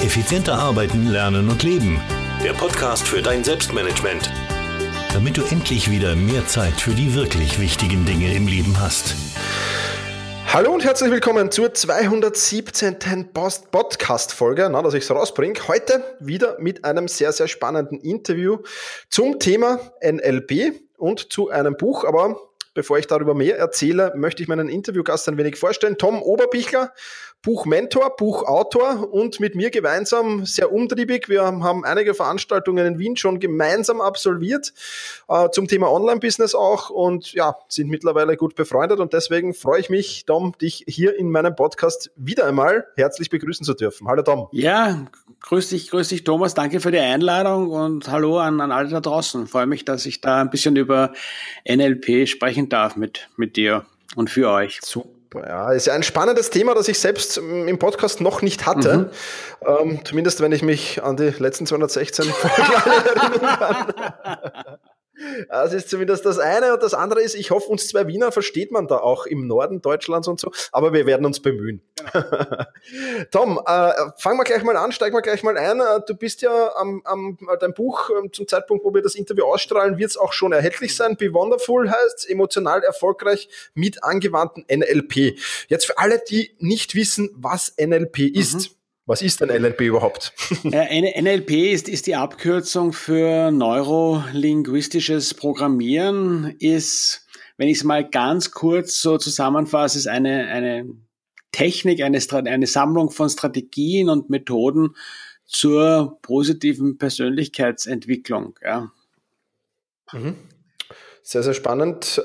Effizienter arbeiten, lernen und leben. Der Podcast für dein Selbstmanagement. Damit du endlich wieder mehr Zeit für die wirklich wichtigen Dinge im Leben hast. Hallo und herzlich willkommen zur 217. Podcast-Folge, dass ich es rausbringe. Heute wieder mit einem sehr, sehr spannenden Interview zum Thema NLP und zu einem Buch. Aber bevor ich darüber mehr erzähle, möchte ich meinen Interviewgast ein wenig vorstellen. Tom Oberbichler, Buchmentor, Buchautor und mit mir gemeinsam sehr umtriebig. Wir haben einige Veranstaltungen in Wien schon gemeinsam absolviert, zum Thema Online-Business auch, und ja, sind mittlerweile gut befreundet, und deswegen freue ich mich, Tom, dich hier in meinem Podcast wieder einmal herzlich begrüßen zu dürfen. Hallo Tom. Ja, grüß dich Thomas, danke für die Einladung und hallo an alle da draußen. Ich freue mich, dass ich da ein bisschen über NLP sprechen darf mit dir und für euch. Super. Ja, ist ja ein spannendes Thema, das ich selbst im Podcast noch nicht hatte. Zumindest, wenn ich mich an die letzten 216 Folgen erinnern kann. Das ist zumindest das eine, und das andere ist, ich hoffe, uns zwei Wiener versteht man da auch im Norden Deutschlands und so, aber wir werden uns bemühen. Genau. Tom, fangen wir gleich mal an, steigen wir gleich mal ein. Du bist ja dein Buch, zum Zeitpunkt, wo wir das Interview ausstrahlen, wird es auch schon erhältlich sein. Be Wonderful heißt emotional erfolgreich mit angewandtem NLP. Jetzt für alle, die nicht wissen, was NLP ist. Was ist denn NLP überhaupt? NLP ist die Abkürzung für neurolinguistisches Programmieren, ist, wenn ich es mal ganz kurz so zusammenfasse, ist eine Technik, eine Sammlung von Strategien und Methoden zur positiven Persönlichkeitsentwicklung. Ja. Sehr, sehr spannend.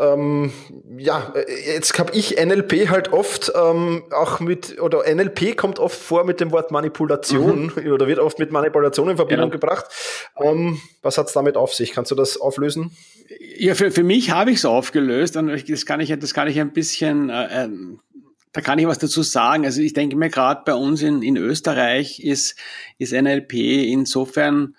Jetzt habe ich NLP halt oft oder NLP kommt oft vor mit dem Wort Manipulation oder wird oft mit Manipulation in Verbindung gebracht. Was hat es damit auf sich? Kannst du das auflösen? Ja, für mich habe ich es aufgelöst, und das kann ich ein bisschen, da kann ich was dazu sagen. Also ich denke mir, gerade bei uns in Österreich ist NLP insofern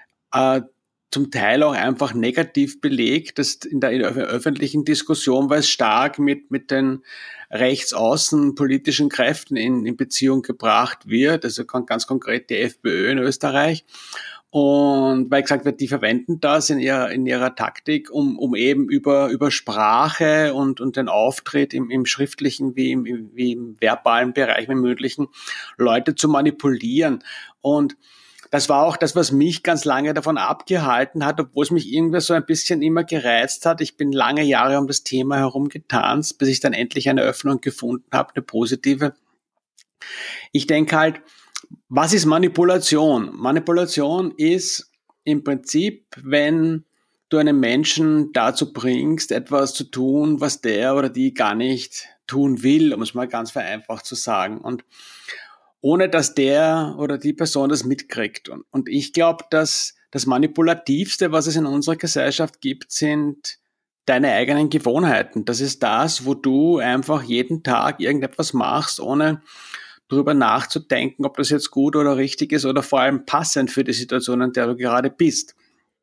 zum Teil auch einfach negativ belegt, dass in der öffentlichen Diskussion, weil es stark mit den rechtsaußen politischen Kräften in Beziehung gebracht wird, also ganz konkret die FPÖ in Österreich. Und weil gesagt wird, die verwenden das in ihrer Taktik, um eben über Sprache und den Auftritt im schriftlichen wie im verbalen Bereich, im mündlichen, Leute zu manipulieren. Und das war auch das, was mich ganz lange davon abgehalten hat, obwohl es mich irgendwie so ein bisschen immer gereizt hat. Ich bin lange Jahre um das Thema herum getanzt, bis ich dann endlich eine Öffnung gefunden habe, eine positive. Ich denke halt, was ist Manipulation? Manipulation ist im Prinzip, wenn du einen Menschen dazu bringst, etwas zu tun, was der oder die gar nicht tun will, um es mal ganz vereinfacht zu sagen. Und ohne dass der oder die Person das mitkriegt. Und ich glaube, dass das Manipulativste, was es in unserer Gesellschaft gibt, sind deine eigenen Gewohnheiten. Das ist das, wo du einfach jeden Tag irgendetwas machst, ohne darüber nachzudenken, ob das jetzt gut oder richtig ist oder vor allem passend für die Situation, in der du gerade bist.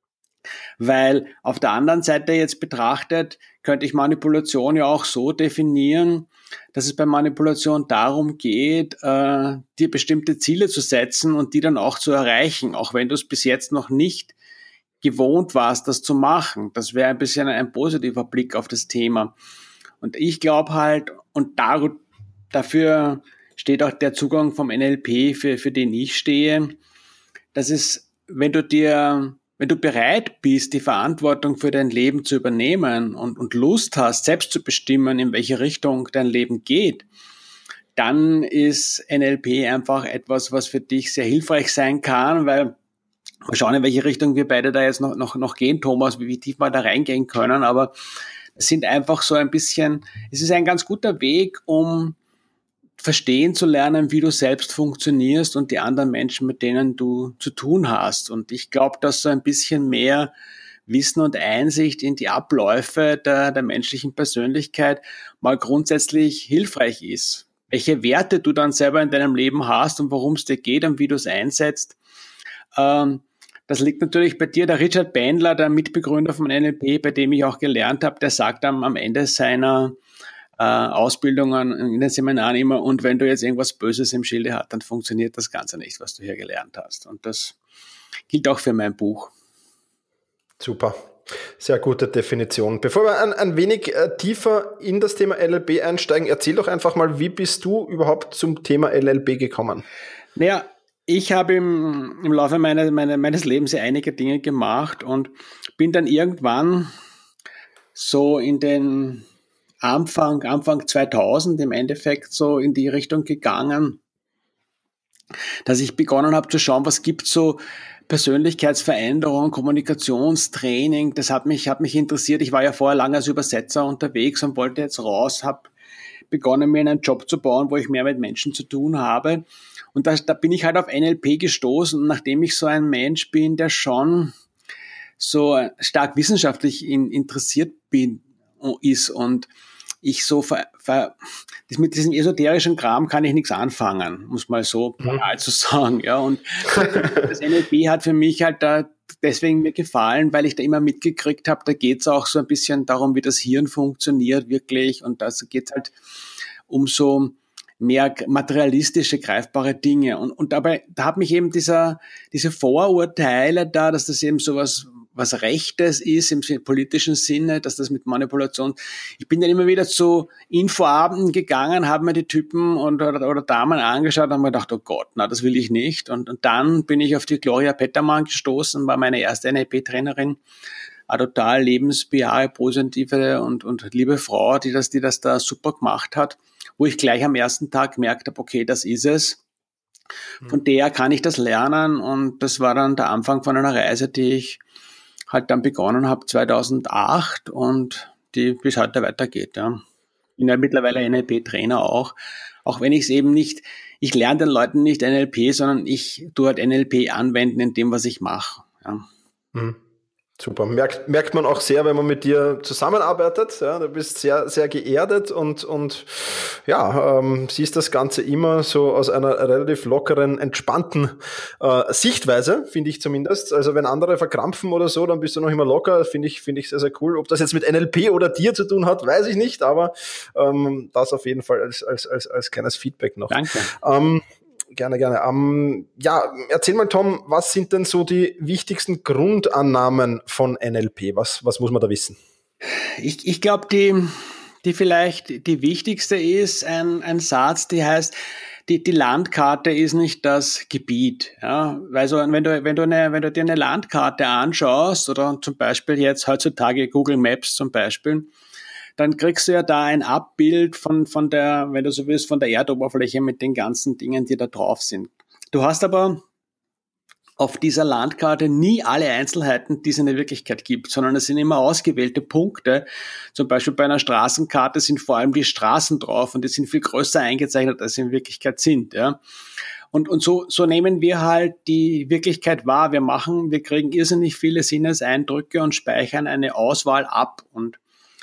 Weil auf der anderen Seite jetzt betrachtet, könnte ich Manipulation ja auch so definieren, dass es bei Manipulation darum geht, dir bestimmte Ziele zu setzen und die dann auch zu erreichen, auch wenn du es bis jetzt noch nicht gewohnt warst, das zu machen. Das wäre ein bisschen ein positiver Blick auf das Thema. Und ich glaube halt, und dafür steht auch der Zugang vom NLP, für den ich stehe, dass es, wenn du bereit bist, die Verantwortung für dein Leben zu übernehmen und Lust hast, selbst zu bestimmen, in welche Richtung dein Leben geht, dann ist NLP einfach etwas, was für dich sehr hilfreich sein kann, weil mal schauen, in welche Richtung wir beide da jetzt noch gehen, Thomas, wie tief wir da reingehen können, aber es sind einfach so ein bisschen, es ist ein ganz guter Weg, um verstehen zu lernen, wie du selbst funktionierst und die anderen Menschen, mit denen du zu tun hast. Und ich glaube, dass so ein bisschen mehr Wissen und Einsicht in die Abläufe der menschlichen Persönlichkeit mal grundsätzlich hilfreich ist. Welche Werte du dann selber in deinem Leben hast und worum es dir geht und wie du es einsetzt, das liegt natürlich bei dir. Der Richard Bandler, der Mitbegründer von NLP, bei dem ich auch gelernt habe, der sagt am Ende seiner Ausbildungen in den Seminaren immer, und wenn du jetzt irgendwas Böses im Schilde hast, dann funktioniert das Ganze nicht, was du hier gelernt hast. Und das gilt auch für mein Buch. Super. Sehr gute Definition. Bevor wir ein wenig tiefer in das Thema LLP einsteigen, erzähl doch einfach mal, wie bist du überhaupt zum Thema LLP gekommen? Naja, ich habe im Laufe meines Lebens ja einige Dinge gemacht und bin dann irgendwann so in den Anfang 2000 im Endeffekt so in die Richtung gegangen, dass ich begonnen habe zu schauen, was gibt so Persönlichkeitsveränderung, Kommunikationstraining. Das hat mich interessiert. Ich war ja vorher lange als Übersetzer unterwegs und wollte jetzt raus, habe begonnen, mir einen Job zu bauen, wo ich mehr mit Menschen zu tun habe. Und da bin ich halt auf NLP gestoßen. Und nachdem ich so ein Mensch bin, der schon so stark wissenschaftlich interessiert ist und ich so mit diesem esoterischen Kram kann ich nichts anfangen, muss mal so banal zu sagen. Ja. Und das NLP hat für mich halt da deswegen mir gefallen, weil ich da immer mitgekriegt habe, da geht es auch so ein bisschen darum, wie das Hirn funktioniert wirklich. Und da geht es halt um so mehr materialistische, greifbare Dinge. Und dabei, da hat mich eben diese Vorurteile da, dass das eben sowas was Rechtes ist im politischen Sinne, dass das mit Manipulation. Ich bin dann immer wieder zu Infoabenden gegangen, habe mir die Typen oder Damen angeschaut und habe mir gedacht, oh Gott, na, das will ich nicht. Und dann bin ich auf die Gloria Pettermann gestoßen, war meine erste NLP-Trainerin, eine total lebensbejahe, positive und liebe Frau, die das da super gemacht hat, wo ich gleich am ersten Tag gemerkt habe, okay, das ist es. Von der kann ich das lernen, und das war dann der Anfang von einer Reise, die ich halt dann begonnen habe 2008 und die bis heute weitergeht. Ja. Bin ja mittlerweile NLP-Trainer auch wenn ich es eben nicht, ich lerne den Leuten nicht NLP, sondern ich tue halt NLP anwenden in dem, was ich mache. Ja. Super. Merkt man auch sehr, wenn man mit dir zusammenarbeitet. Ja, du bist sehr, sehr geerdet und siehst das Ganze immer so aus einer relativ lockeren, entspannten Sichtweise, finde ich zumindest. Also wenn andere verkrampfen oder so, dann bist du noch immer locker. Finde ich sehr, sehr cool. Ob das jetzt mit NLP oder dir zu tun hat, weiß ich nicht, aber das auf jeden Fall als kleines Feedback noch. Danke. Gerne. Erzähl mal, Tom, was sind denn so die wichtigsten Grundannahmen von NLP? Was muss man da wissen? Ich glaube, die vielleicht die wichtigste ist ein Satz, die heißt, die Landkarte ist nicht das Gebiet. Ja? Weil so, wenn du dir eine Landkarte anschaust oder zum Beispiel jetzt heutzutage Google Maps zum Beispiel, dann kriegst du ja da ein Abbild von der, wenn du so willst, von der Erdoberfläche mit den ganzen Dingen, die da drauf sind. Du hast aber auf dieser Landkarte nie alle Einzelheiten, die es in der Wirklichkeit gibt, sondern es sind immer ausgewählte Punkte. Zum Beispiel bei einer Straßenkarte sind vor allem die Straßen drauf und die sind viel größer eingezeichnet, als sie in Wirklichkeit sind. Ja. Und so nehmen wir halt die Wirklichkeit wahr. Wir kriegen irrsinnig viele Sinneseindrücke und speichern eine Auswahl ab. Und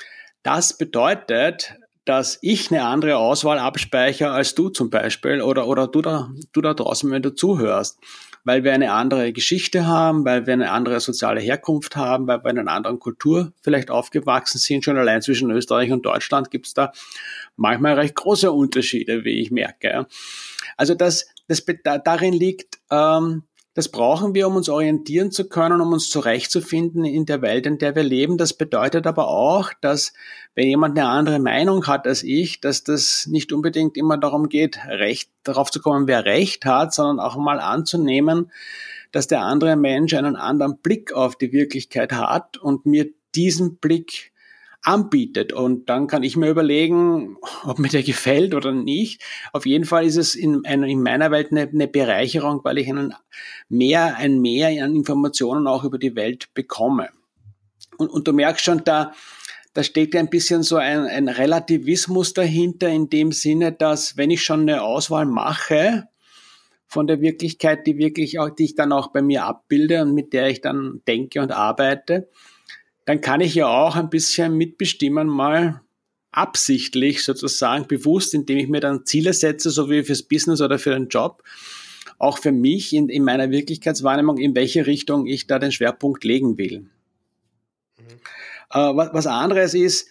das bedeutet, dass ich eine andere Auswahl abspeichere als du zum Beispiel oder du da draußen, wenn du zuhörst, weil wir eine andere Geschichte haben, weil wir eine andere soziale Herkunft haben, weil wir in einer anderen Kultur vielleicht aufgewachsen sind. Schon allein zwischen Österreich und Deutschland gibt es da manchmal recht große Unterschiede, wie ich merke. Also darin liegt, das brauchen wir, um uns orientieren zu können, um uns zurechtzufinden in der Welt, in der wir leben. Das bedeutet aber auch, dass wenn jemand eine andere Meinung hat als ich, dass das nicht unbedingt immer darum geht, darauf zu kommen, wer Recht hat, sondern auch mal anzunehmen, dass der andere Mensch einen anderen Blick auf die Wirklichkeit hat und mir diesen Blick anbietet. Und dann kann ich mir überlegen, ob mir der gefällt oder nicht. Auf jeden Fall ist es in meiner Welt eine Bereicherung, weil ich ein Mehr an Informationen auch über die Welt bekomme. Und du merkst schon, da steht ja ein bisschen so ein Relativismus dahinter, in dem Sinne, dass wenn ich schon eine Auswahl mache von der Wirklichkeit, die ich dann auch bei mir abbilde und mit der ich dann denke und arbeite, dann kann ich ja auch ein bisschen mitbestimmen, mal absichtlich sozusagen, bewusst, indem ich mir dann Ziele setze, so wie fürs Business oder für den Job, auch für mich in meiner Wirklichkeitswahrnehmung, in welche Richtung ich da den Schwerpunkt legen will. Was anderes ist,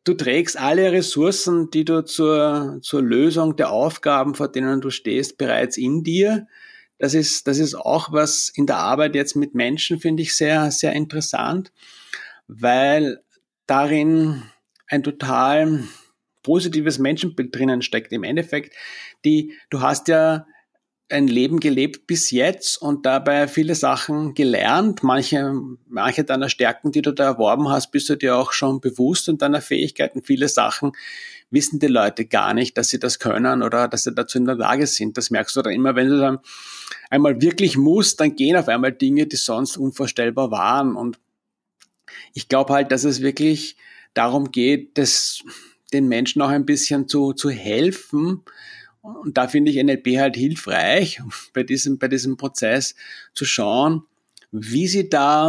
du trägst alle Ressourcen, die du zur Lösung der Aufgaben, vor denen du stehst, bereits in dir. Das ist auch was in der Arbeit jetzt mit Menschen, finde ich sehr, sehr interessant, weil darin ein total positives Menschenbild drinnen steckt. Im Endeffekt, du hast ja ein Leben gelebt bis jetzt und dabei viele Sachen gelernt. Manche deiner Stärken, die du da erworben hast, bist du dir auch schon bewusst und deiner Fähigkeiten. Viele Sachen wissen die Leute gar nicht, dass sie das können oder dass sie dazu in der Lage sind. Das merkst du dann immer, wenn du dann einmal wirklich musst, dann gehen auf einmal Dinge, die sonst unvorstellbar waren. Und ich glaube halt, dass es wirklich darum geht, den Menschen auch ein bisschen zu helfen. Und da finde ich NLP halt hilfreich, bei diesem Prozess zu schauen, wie sie da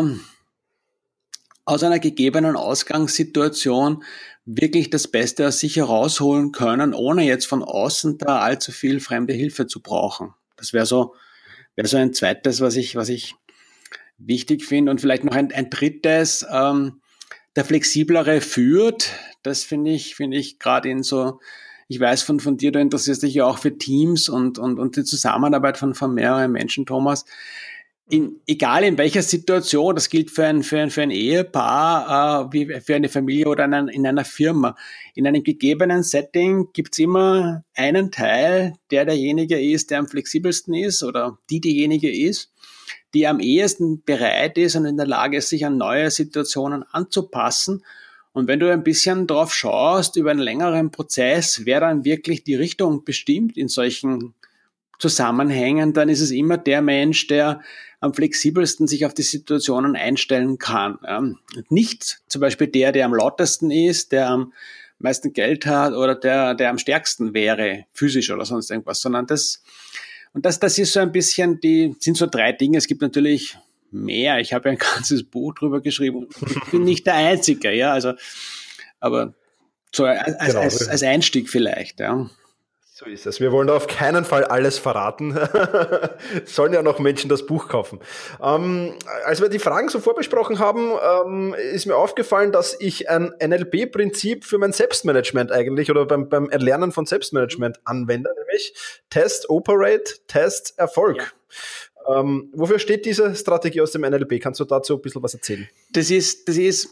aus einer gegebenen Ausgangssituation wirklich das Beste aus sich herausholen können, ohne jetzt von außen da allzu viel fremde Hilfe zu brauchen. Das wäre so ein zweites, was ich wichtig finde. Und vielleicht noch ein drittes, der flexiblere führt. Das finde ich gerade in so, ich weiß von dir, du interessierst dich ja auch für Teams und die Zusammenarbeit von mehreren Menschen, Thomas. Egal in welcher Situation, das gilt für ein Ehepaar, wie für eine Familie oder in einer Firma. In einem gegebenen Setting gibt's immer einen Teil, derjenige ist, der am flexibelsten ist oder diejenige ist, die am ehesten bereit ist und in der Lage ist, sich an neue Situationen anzupassen. Und wenn du ein bisschen drauf schaust, über einen längeren Prozess, wer dann wirklich die Richtung bestimmt in solchen Zusammenhängen, dann ist es immer der Mensch, der am flexibelsten sich auf die Situationen einstellen kann. Nicht zum Beispiel der am lautesten ist, der am meisten Geld hat oder der am stärksten wäre, physisch oder sonst irgendwas, sondern das ist so ein bisschen sind so 3 Dinge. Es gibt natürlich mehr. Ich habe ja ein ganzes Buch drüber geschrieben. Ich bin nicht der Einzige, ja, also, aber so als Einstieg vielleicht, ja. So ist es. Wir wollen da auf keinen Fall alles verraten. Sollen ja noch Menschen das Buch kaufen. Als wir die Fragen so vorbesprochen haben, ist mir aufgefallen, dass ich ein NLP-Prinzip für mein Selbstmanagement eigentlich oder beim Erlernen von Selbstmanagement anwende, nämlich Test, Operate, Test, Erfolg. Ja. Wofür steht diese Strategie aus dem NLP? Kannst du dazu ein bisschen was erzählen? Das ist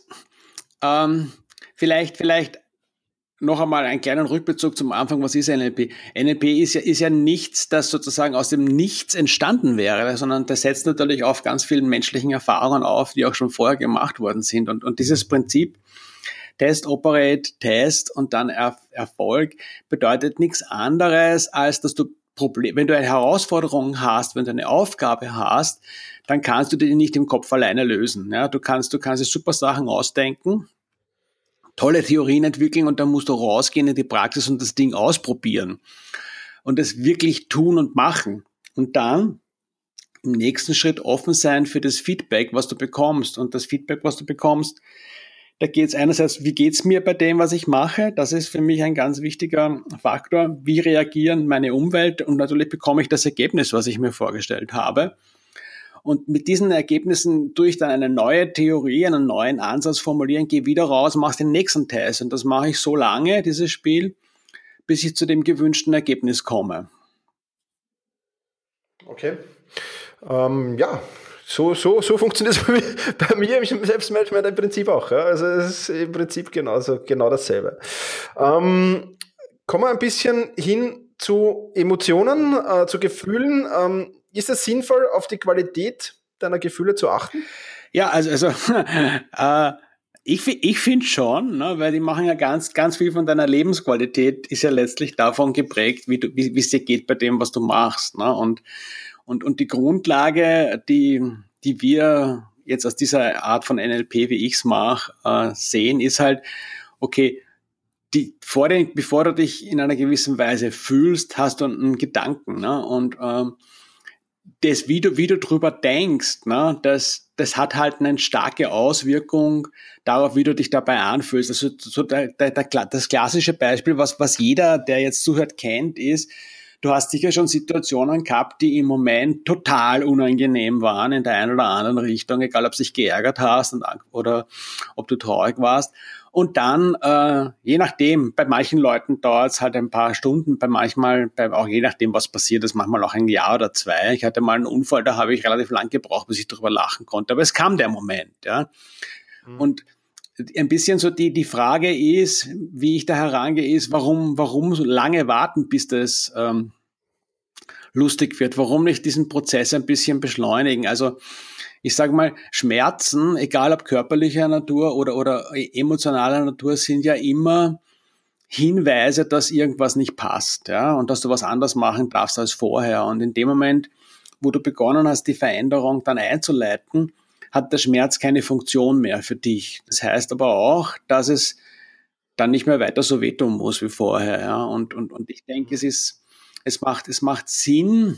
vielleicht noch einmal einen kleinen Rückbezug zum Anfang. Was ist NLP? NLP ist ja nichts, das sozusagen aus dem Nichts entstanden wäre, sondern das setzt natürlich auf ganz vielen menschlichen Erfahrungen auf, die auch schon vorher gemacht worden sind. Und dieses Prinzip Test, Operate, Test und dann Erfolg bedeutet nichts anderes, als dass du wenn du eine Herausforderung hast, wenn du eine Aufgabe hast, dann kannst du die nicht im Kopf alleine lösen. Ja, du kannst dir super Sachen ausdenken, tolle Theorien entwickeln und dann musst du rausgehen in die Praxis und das Ding ausprobieren und es wirklich tun und machen. Und dann im nächsten Schritt offen sein für das Feedback, was du bekommst. Und das Feedback, was du bekommst, da geht es einerseits, wie geht's mir bei dem, was ich mache? Das ist für mich ein ganz wichtiger Faktor. Wie reagieren meine Umwelt? Und natürlich bekomme ich das Ergebnis, was ich mir vorgestellt habe. Und mit diesen Ergebnissen tue ich dann eine neue Theorie, einen neuen Ansatz formulieren, gehe wieder raus, mache den nächsten Test. Und das mache ich so lange, dieses Spiel, bis ich zu dem gewünschten Ergebnis komme. Okay. So funktioniert es bei mir im Selbstmanagement im Prinzip auch. Ja? Also es ist im Prinzip genau dasselbe. Kommen wir ein bisschen hin zu Emotionen, zu Gefühlen. Ist es sinnvoll, auf die Qualität deiner Gefühle zu achten? Ja, also ich finde schon, ne, weil die machen ja ganz, ganz viel von deiner Lebensqualität, ist ja letztlich davon geprägt, wie es dir geht bei dem, was du machst. Ne? Und die Grundlage, die wir jetzt aus dieser Art von NLP, wie ich es mache, sehen, ist halt, okay, bevor du dich in einer gewissen Weise fühlst, hast du einen Gedanken. Ne? Und das, wie du drüber denkst, ne, das hat halt eine starke Auswirkung darauf, wie du dich dabei anfühlst. Also so das klassische Beispiel, was jeder, der jetzt zuhört, kennt, ist, du hast sicher schon Situationen gehabt, die im Moment total unangenehm waren in der einen oder anderen Richtung, egal ob du dich geärgert hast oder ob du traurig warst. Und dann, je nachdem, bei manchen Leuten dauert es halt ein paar Stunden, auch je nachdem, was passiert ist, manchmal auch ein Jahr oder 2. Ich hatte mal einen Unfall, da habe ich relativ lang gebraucht, bis ich darüber lachen konnte. Aber es kam der Moment, ja. Und ein bisschen so die Frage ist, wie ich da herangehe, ist, warum so lange warten, bis das lustig wird? Warum nicht diesen Prozess ein bisschen beschleunigen? Also ich sage mal, Schmerzen, egal ob körperlicher Natur oder emotionaler Natur, sind ja immer Hinweise, dass irgendwas nicht passt, ja, und dass du was anders machen darfst als vorher. Und in dem Moment, wo du begonnen hast, die Veränderung dann einzuleiten, hat der Schmerz keine Funktion mehr für dich. Das heißt aber auch, dass es dann nicht mehr weiter so wehtun muss wie vorher, ja. Und ich denke, es macht Sinn,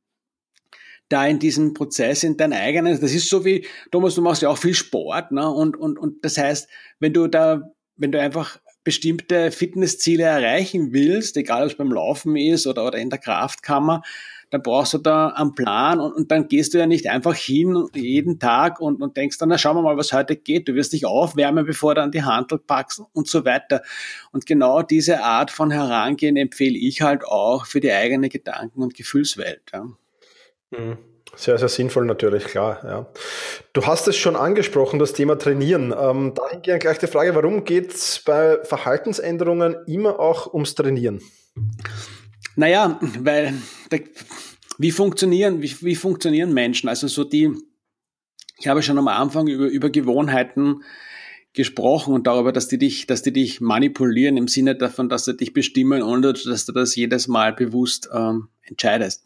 da in diesem Prozess, in dein eigenes, das ist so wie, Thomas, du machst ja auch viel Sport, ne? Und das heißt, wenn du einfach bestimmte Fitnessziele erreichen willst, egal ob es beim Laufen ist oder in der Kraftkammer, dann brauchst du da einen Plan und dann gehst du ja nicht einfach hin jeden Tag und denkst dann, na schauen wir mal, was heute geht. Du wirst dich aufwärmen, bevor du an die Hantel packst und so weiter. Und genau diese Art von Herangehen empfehle ich halt auch für die eigene Gedanken- und Gefühlswelt, ja. Sehr, sehr sinnvoll natürlich, klar. Ja. Du hast es schon angesprochen, das Thema Trainieren. Dahingehend gleich die Frage, warum geht es bei Verhaltensänderungen immer auch ums Trainieren? Naja, weil wie funktionieren Menschen? Also ich habe schon am Anfang über Gewohnheiten gesprochen und darüber, dass die dich manipulieren im Sinne davon, dass sie dich bestimmen, ohne dass du das jedes Mal bewusst entscheidest.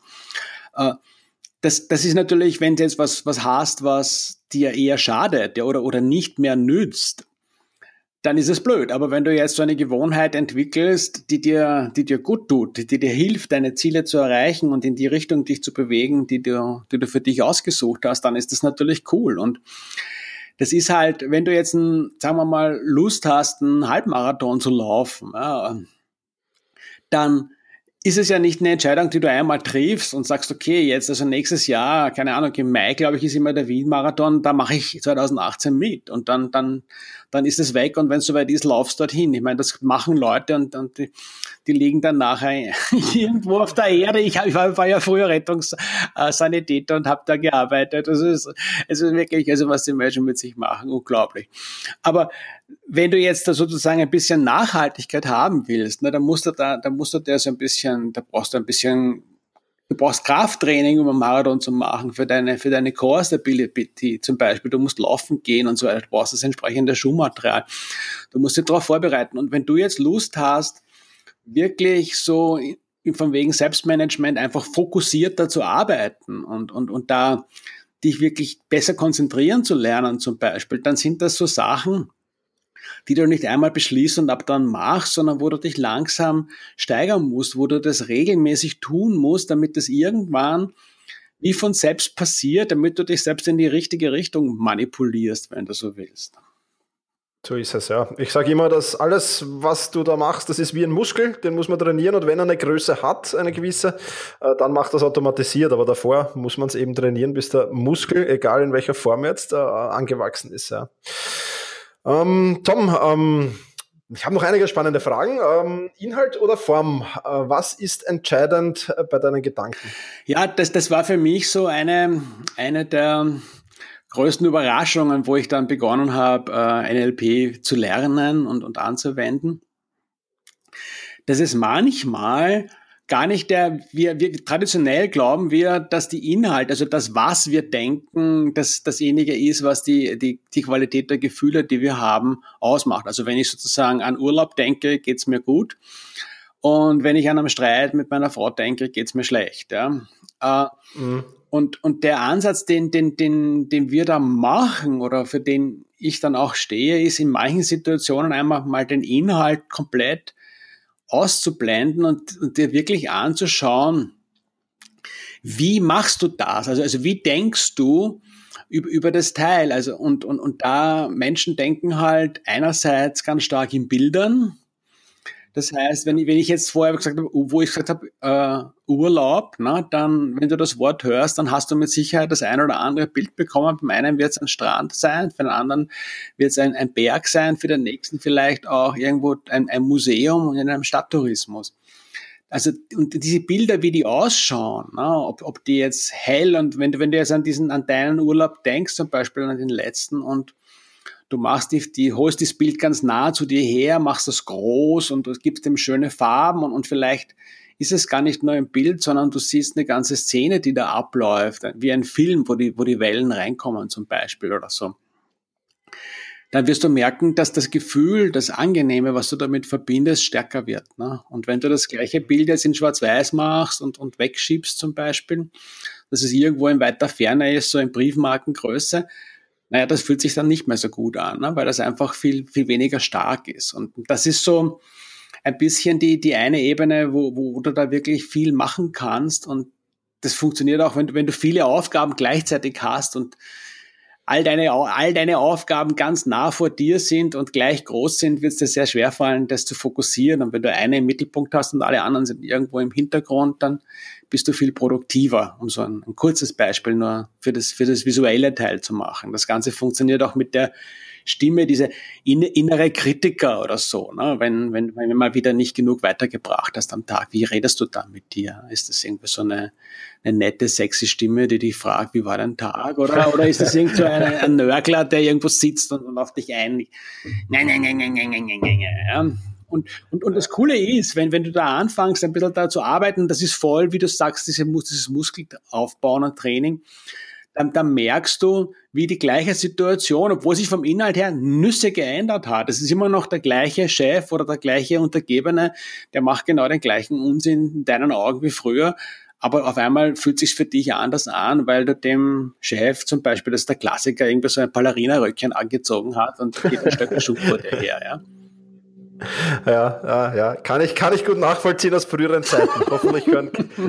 Das ist natürlich, wenn du jetzt was hast, was dir eher schadet, ja, oder nicht mehr nützt, dann ist es blöd. Aber wenn du jetzt so eine Gewohnheit entwickelst, die dir gut tut, die dir hilft, deine Ziele zu erreichen und in die Richtung dich zu bewegen, die du für dich ausgesucht hast, dann ist das natürlich cool. Und das ist halt, wenn du jetzt sagen wir mal, Lust hast, einen Halbmarathon zu laufen, ja, dann ist es ja nicht eine Entscheidung, die du einmal triffst und sagst, okay, jetzt also nächstes Jahr, keine Ahnung, im Mai, glaube ich, ist immer der Wien-Marathon, da mache ich 2018 mit und dann ist es weg und wenn es soweit ist, laufst du dorthin. Ich meine, das machen Leute und die liegen dann nachher irgendwo auf der Erde. Ich war ja früher Rettungssanitäter und habe da gearbeitet. Es ist wirklich, also was die Menschen mit sich machen, unglaublich. Aber wenn du jetzt da sozusagen ein bisschen Nachhaltigkeit haben willst, ne, dann musst du dir so ein bisschen, du brauchst Krafttraining, um einen Marathon zu machen, für deine Core Stability zum Beispiel. Du musst laufen gehen und so weiter. Du brauchst das entsprechende Schuhmaterial. Du musst dich darauf vorbereiten. Und wenn du jetzt Lust hast, wirklich so von wegen Selbstmanagement einfach fokussierter zu arbeiten und da dich wirklich besser konzentrieren zu lernen zum Beispiel, dann sind das so Sachen, die du nicht einmal beschließt und ab dann machst, sondern wo du dich langsam steigern musst, wo du das regelmäßig tun musst, damit das irgendwann wie von selbst passiert, damit du dich selbst in die richtige Richtung manipulierst, wenn du so willst. So ist es, ja. Ich sage immer, dass alles, was du da machst, das ist wie ein Muskel, den muss man trainieren und wenn er eine Größe hat, eine gewisse, dann macht das automatisiert, aber davor muss man es eben trainieren, bis der Muskel, egal in welcher Form jetzt, angewachsen ist, ja. Tom, ich habe noch einige spannende Fragen. Inhalt oder Form? Was ist entscheidend bei deinen Gedanken? Ja, das war für mich so eine der größten Überraschungen, wo ich dann begonnen habe, NLP zu lernen und anzuwenden. Das ist manchmal gar nicht wir traditionell glauben wir, dass die Inhalte, also das, was wir denken, dasjenige ist, was die Qualität der Gefühle, die wir haben, ausmacht. Also wenn ich sozusagen an Urlaub denke, geht's mir gut. Und wenn ich an einen Streit mit meiner Frau denke, geht's mir schlecht. Ja. Und der Ansatz, den wir da machen oder für den ich dann auch stehe, ist in manchen Situationen einmal mal den Inhalt komplett auszublenden und dir wirklich anzuschauen, wie machst du das? Also wie denkst du über das Teil? Also und da Menschen denken halt einerseits ganz stark in Bildern, Das heißt, wenn ich jetzt vorher gesagt habe, wo ich gesagt habe, Urlaub, dann, wenn du das Wort hörst, dann hast du mit Sicherheit das ein oder andere Bild bekommen. Beim einen wird es ein Strand sein, für den anderen wird es ein Berg sein, für den nächsten vielleicht auch irgendwo ein Museum und in einem Stadttourismus. Also, und diese Bilder, wie die ausschauen, ob die jetzt hell, und wenn du jetzt an deinen Urlaub denkst, zum Beispiel an den letzten, und du machst holst das Bild ganz nah zu dir her, machst das groß und du gibst dem schöne Farben, und vielleicht ist es gar nicht nur ein Bild, sondern du siehst eine ganze Szene, die da abläuft, wie ein Film, wo die Wellen reinkommen zum Beispiel oder so. Dann wirst du merken, dass das Gefühl, das Angenehme, was du damit verbindest, stärker wird. Und wenn du das gleiche Bild jetzt in Schwarz-Weiß machst und wegschiebst zum Beispiel, dass es irgendwo in weiter Ferne ist, so in Briefmarkengröße, das fühlt sich dann nicht mehr so gut an, weil das einfach viel, viel weniger stark ist. Und das ist so ein bisschen die eine Ebene, wo du da wirklich viel machen kannst. Und das funktioniert auch, wenn du viele Aufgaben gleichzeitig hast und all deine Aufgaben ganz nah vor dir sind und gleich groß sind, wird es dir sehr schwer fallen, das zu fokussieren. Und wenn du eine im Mittelpunkt hast und alle anderen sind irgendwo im Hintergrund, dann bist du viel produktiver, um so ein kurzes Beispiel nur für das visuelle Teil zu machen. Das Ganze funktioniert auch mit der Stimme, diese innere Kritiker oder so, wenn mal wieder nicht genug weitergebracht hast am Tag. Wie redest du da mit dir? Ist das irgendwie so eine nette, sexy Stimme, die dich fragt, wie war dein Tag? Oder ist das irgendwie so ein Nörgler, der irgendwo sitzt und auf dich ein... Ja. Und das Coole ist, wenn du da anfängst, ein bisschen da zu arbeiten, das ist voll, wie du sagst, dieses Muskelaufbauen und Training, dann merkst du, wie die gleiche Situation, obwohl sich vom Inhalt her Nüsse geändert hat. Es ist immer noch der gleiche Chef oder der gleiche Untergebene, der macht genau den gleichen Unsinn in deinen Augen wie früher. Aber auf einmal fühlt es sich für dich anders an, weil du dem Chef zum Beispiel, das ist der Klassiker, irgendwie so ein Ballerina-Röckchen angezogen hat und geht ein Stück Schuh vor dir her, ja. Ja. Kann ich gut nachvollziehen aus früheren Zeiten. Hoffentlich hören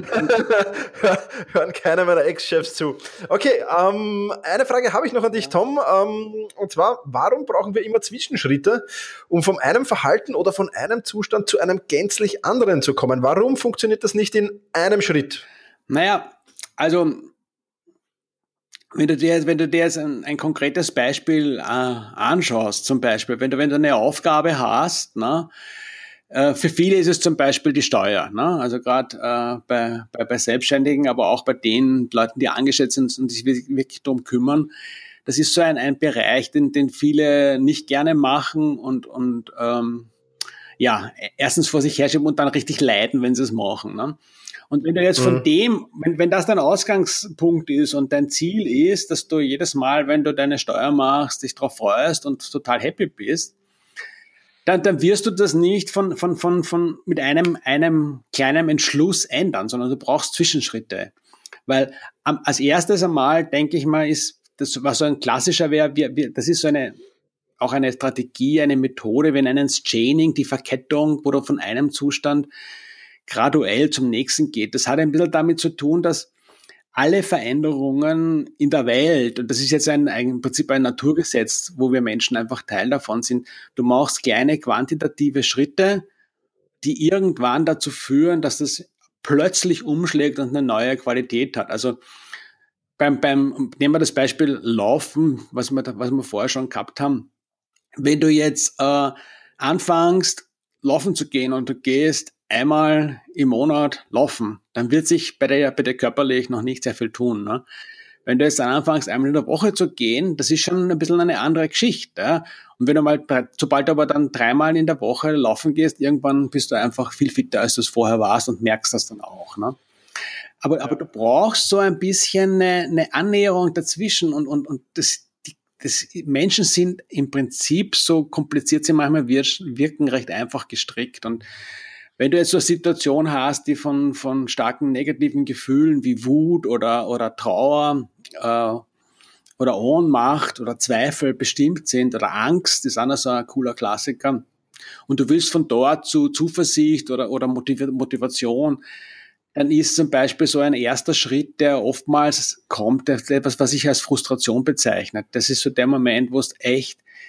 keine meiner Ex-Chefs zu. Okay, eine Frage habe ich noch an dich, Tom. Und zwar, warum brauchen wir immer Zwischenschritte, um von einem Verhalten oder von einem Zustand zu einem gänzlich anderen zu kommen? Warum funktioniert das nicht in einem Schritt? Also wenn du dir jetzt ein konkretes Beispiel anschaust, zum Beispiel, wenn du eine Aufgabe hast, für viele ist es zum Beispiel die Steuer, also gerade bei Selbstständigen, aber auch bei den Leuten, die angestellt sind und sich wirklich darum kümmern. Das ist so ein Bereich, den viele nicht gerne machen und erstens vor sich herschieben und dann richtig leiden, wenn sie es machen. Und wenn du jetzt von dem, wenn das dein Ausgangspunkt ist und dein Ziel ist, dass du jedes Mal, wenn du deine Steuer machst, dich drauf freust und total happy bist, dann wirst du das nicht mit einem kleinen Entschluss ändern, sondern du brauchst Zwischenschritte. Weil als erstes einmal, denke ich mal, ist das, was so ein klassischer wäre, das ist so auch eine Strategie, eine Methode, wir nennen es Chaining, die Verkettung, wo du von einem Zustand graduell zum nächsten geht. Das hat ein bisschen damit zu tun, dass alle Veränderungen in der Welt, und das ist jetzt im Prinzip ein Naturgesetz, wo wir Menschen einfach Teil davon sind, du machst kleine quantitative Schritte, die irgendwann dazu führen, dass das plötzlich umschlägt und eine neue Qualität hat. Also nehmen wir das Beispiel Laufen, was wir vorher schon gehabt haben. Wenn du jetzt anfängst, laufen zu gehen und du gehst einmal im Monat laufen, dann wird sich bei dir körperlich noch nicht sehr viel tun. Wenn du jetzt dann anfängst, einmal in der Woche zu gehen, das ist schon ein bisschen eine andere Geschichte. Ja? Und wenn du sobald du aber dann 3-mal in der Woche laufen gehst, irgendwann bist du einfach viel fitter, als du es vorher warst und merkst das dann auch. Aber du brauchst so ein bisschen eine Annäherung dazwischen und Menschen sind im Prinzip, so kompliziert sie manchmal wirken, recht einfach gestrickt. Und wenn du jetzt so eine Situation hast, die von starken negativen Gefühlen wie Wut oder Trauer oder Ohnmacht oder Zweifel bestimmt sind oder Angst, ist auch so ein cooler Klassiker, und du willst von dort zu Zuversicht oder Motivation, dann ist zum Beispiel so ein erster Schritt, der oftmals kommt, etwas, was ich als Frustration bezeichne. Das ist so der Moment, wo du echt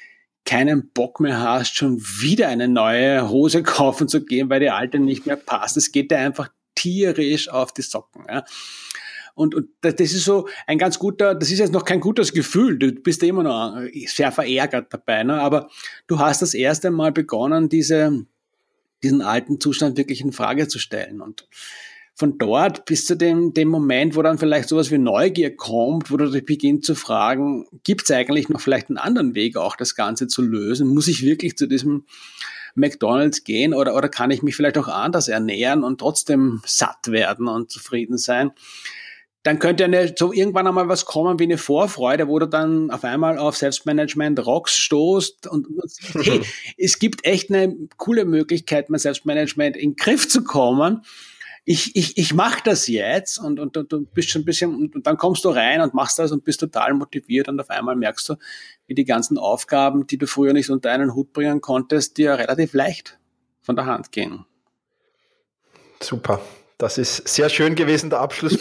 keinen Bock mehr hast, schon wieder eine neue Hose kaufen zu gehen, weil die alte nicht mehr passt. Es geht dir einfach tierisch auf die Socken. Ja. Und das ist so ein ganz guter, das ist jetzt noch kein gutes Gefühl, du bist ja immer noch sehr verärgert dabei, ne? Aber du hast das erste Mal begonnen, diesen alten Zustand wirklich in Frage zu stellen. Und von dort bis zu dem Moment, wo dann vielleicht sowas wie Neugier kommt, wo du dich beginnst zu fragen, gibt es eigentlich noch vielleicht einen anderen Weg, auch das Ganze zu lösen? Muss ich wirklich zu diesem McDonald's gehen oder kann ich mich vielleicht auch anders ernähren und trotzdem satt werden und zufrieden sein? Dann könnte ja so irgendwann einmal was kommen wie eine Vorfreude, wo du dann auf einmal auf Selbstmanagement Rocks stoßt und siehst, hey, es gibt echt eine coole Möglichkeit, mein Selbstmanagement in den Griff zu kommen. Ich mache das jetzt und du bist schon ein bisschen, und dann kommst du rein und machst das und bist total motiviert und auf einmal merkst du, wie die ganzen Aufgaben, die du früher nicht unter einen Hut bringen konntest, dir relativ leicht von der Hand gehen. Super. Das ist sehr schön gewesen, der Abschluss.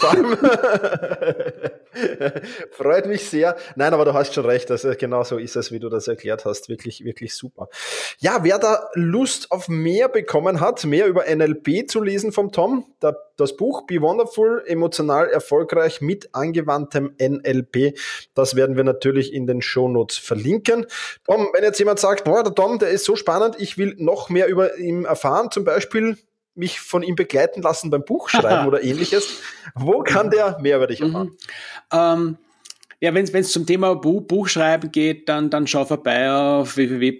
Freut mich sehr. Nein, aber du hast schon recht. Also genau so ist es, wie du das erklärt hast. Wirklich, wirklich super. Ja, wer da Lust auf mehr bekommen hat, mehr über NLP zu lesen vom Tom, das Buch Be Wonderful, emotional erfolgreich mit angewandtem NLP, das werden wir natürlich in den Shownotes verlinken. Tom, wenn jetzt jemand sagt, boah, der Tom, der ist so spannend, ich will noch mehr über ihn erfahren, zum Beispiel mich von ihm begleiten lassen beim Buchschreiben oder ähnliches. Wo kann der mehr über dich erfahren? Ja, wenn es zum Thema Buchschreiben geht, dann schau vorbei auf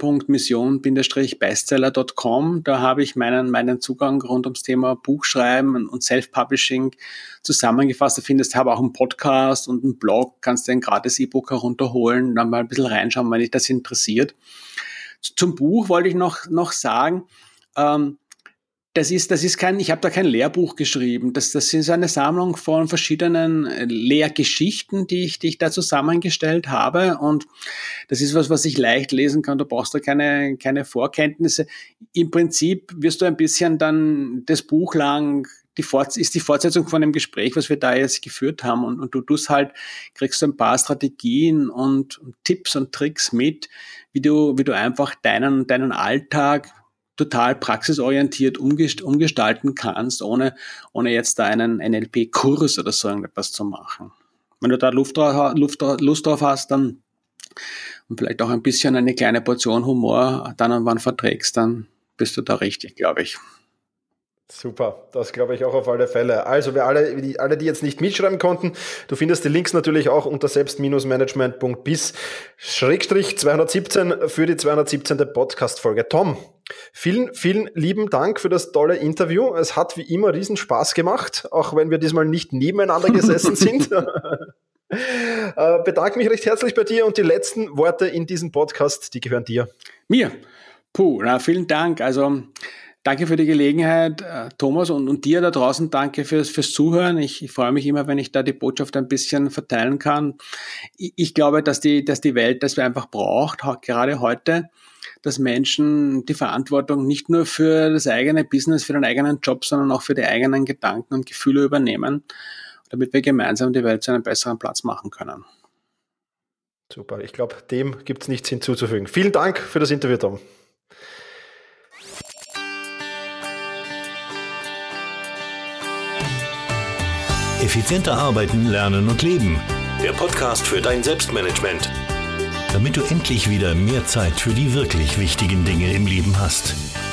www.mission-bestseller.com. Da habe ich meinen Zugang rund ums Thema Buchschreiben und Self-Publishing zusammengefasst. Du findest, habe auch einen Podcast und einen Blog, kannst dir ein gratis E-Book herunterholen, dann mal ein bisschen reinschauen, wenn dich das interessiert. Zum Buch wollte ich noch sagen, das ist kein, ich habe da kein Lehrbuch geschrieben. Das ist eine Sammlung von verschiedenen Lehrgeschichten, die ich da zusammengestellt habe. Und das ist was ich leicht lesen kann. Du brauchst da keine Vorkenntnisse. Im Prinzip wirst du ein bisschen dann das Buch lang, ist die Fortsetzung von dem Gespräch, was wir da jetzt geführt haben. Und du tust halt, kriegst du ein paar Strategien und Tipps und Tricks mit, wie du einfach deinen Alltag total praxisorientiert umgestalten kannst, ohne jetzt da einen NLP-Kurs oder so irgendwas zu machen. Wenn du da Lust drauf hast, dann und vielleicht auch ein bisschen eine kleine Portion Humor dann und wann verträgst, dann bist du da richtig, glaube ich. Super, das glaube ich auch auf alle Fälle. Also alle, die jetzt nicht mitschreiben konnten, du findest die Links natürlich auch unter selbst-management.biz/217 für die 217. Podcast-Folge. Tom, vielen, vielen lieben Dank für das tolle Interview. Es hat wie immer riesen Spaß gemacht, auch wenn wir diesmal nicht nebeneinander gesessen sind. Bedanke mich recht herzlich bei dir und die letzten Worte in diesem Podcast, die gehören dir. Mir? Vielen Dank. Also danke für die Gelegenheit, Thomas, und dir da draußen danke fürs Zuhören. Ich freue mich immer, wenn ich da die Botschaft ein bisschen verteilen kann. Ich glaube, dass die Welt das einfach braucht, gerade heute, dass Menschen die Verantwortung nicht nur für das eigene Business, für den eigenen Job, sondern auch für die eigenen Gedanken und Gefühle übernehmen, damit wir gemeinsam die Welt zu einem besseren Platz machen können. Super, ich glaube, dem gibt es nichts hinzuzufügen. Vielen Dank für das Interview, Tom. Effizienter arbeiten, lernen und leben. Der Podcast für dein Selbstmanagement. Damit du endlich wieder mehr Zeit für die wirklich wichtigen Dinge im Leben hast.